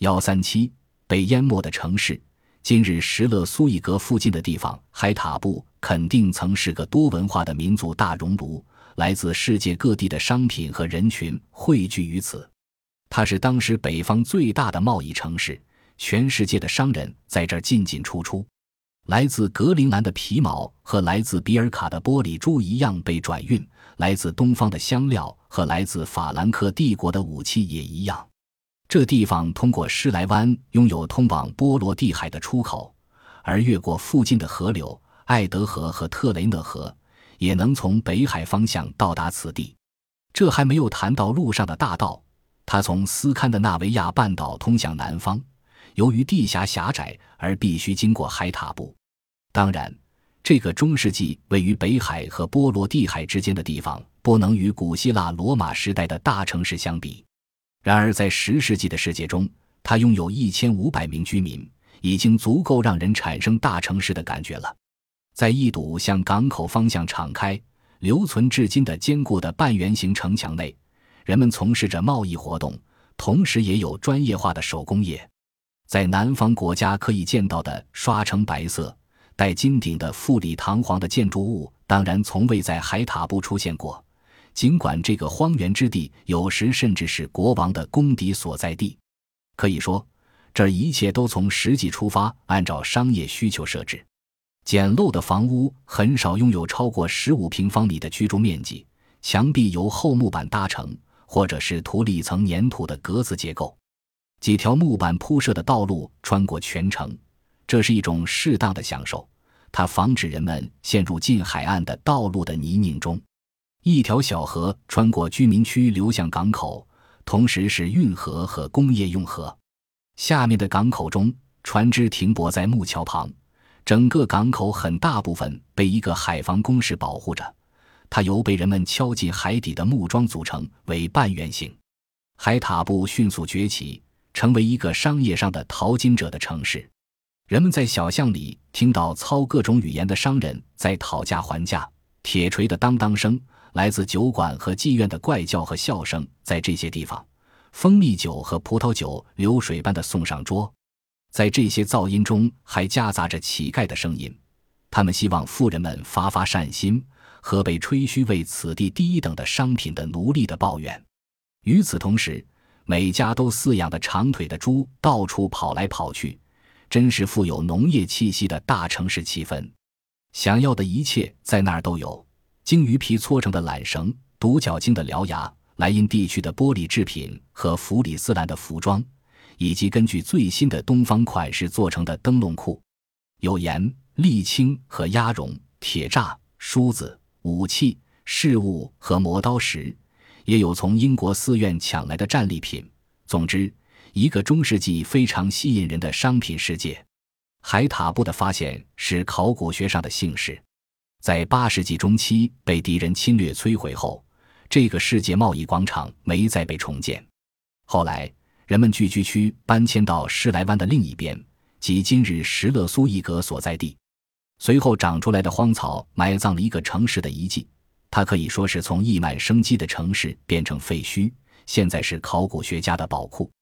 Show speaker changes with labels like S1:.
S1: 137被淹没的城市，今日石勒苏伊格附近的地方海塔布肯定曾是个多文化的民族大熔炉，来自世界各地的商品和人群汇聚于此。它是当时北方最大的贸易城市，全世界的商人在这儿进进出出。来自格陵兰的皮毛和来自比尔卡的玻璃珠一样被转运，来自东方的香料和来自法兰克帝国的武器也一样。这地方通过施莱湾拥有通往波罗的海的出口，而越过附近的河流艾德河和特雷讷河，也能从北海方向到达此地。这还没有谈到路上的大道，它从斯堪的纳维亚半岛通向南方，由于地狭狭窄而必须经过海塔布。当然，这个中世纪位于北海和波罗的海之间的地方不能与古希腊罗马时代的大城市相比。然而在10世纪的世界中，它拥有1500名居民，已经足够让人产生大城市的感觉了。在一堵向港口方向敞开、留存至今的坚固的半圆形城墙内，人们从事着贸易活动，同时也有专业化的手工业。在南方国家可以见到的刷成白色、带金顶的富丽堂皇的建筑物，当然从未在海塔布出现过，尽管这个荒原之地有时甚至是国王的公邸所在地。可以说，这一切都从实际出发，按照商业需求设置。简陋的房屋很少拥有超过15平方米的居住面积，墙壁由厚木板搭成，或者是涂了一层粘土的格子结构。几条木板铺设的道路穿过全城，这是一种适当的享受，它防止人们陷入近海岸的道路的泥泞中。一条小河穿过居民区流向港口，同时是运河和工业用河。下面的港口中，船只停泊在木桥旁，整个港口很大部分被一个海防工事保护着，它由被人们敲进海底的木桩组成，为半圆形。海塔布迅速崛起，成为一个商业上的淘金者的城市。人们在小巷里听到操各种语言的商人在讨价还价，铁锤的当当声，来自酒馆和妓院的怪叫和笑声，在这些地方，蜂蜜酒和葡萄酒流水般的送上桌。在这些噪音中还夹杂着乞丐的声音，他们希望富人们发发善心，和被吹嘘为此地第一等的商品的奴隶的抱怨。与此同时，每家都饲养的长腿的猪到处跑来跑去，真是富有农业气息的大城市气氛。想要的一切在那儿都有，鲸鱼皮搓成的缆绳，独角鲸的獠牙，莱茵地区的玻璃制品和弗里斯兰的服装，以及根据最新的东方款式做成的灯笼裤。有盐、沥青和鸭绒、铁栅、梳子、武器、饰物和磨刀石，也有从英国寺院抢来的战利品。总之，一个中世纪非常吸引人的商品世界。海塔布的发现是考古学上的幸事。在8世纪中期被敌人侵略摧毁后，这个世界贸易广场没再被重建。后来，人们聚居区搬迁到施莱湾的另一边，即今日石勒苏伊格所在地。随后长出来的荒草埋葬了一个城市的遗迹，它可以说是从溢满生机的城市变成废墟，现在是考古学家的宝库。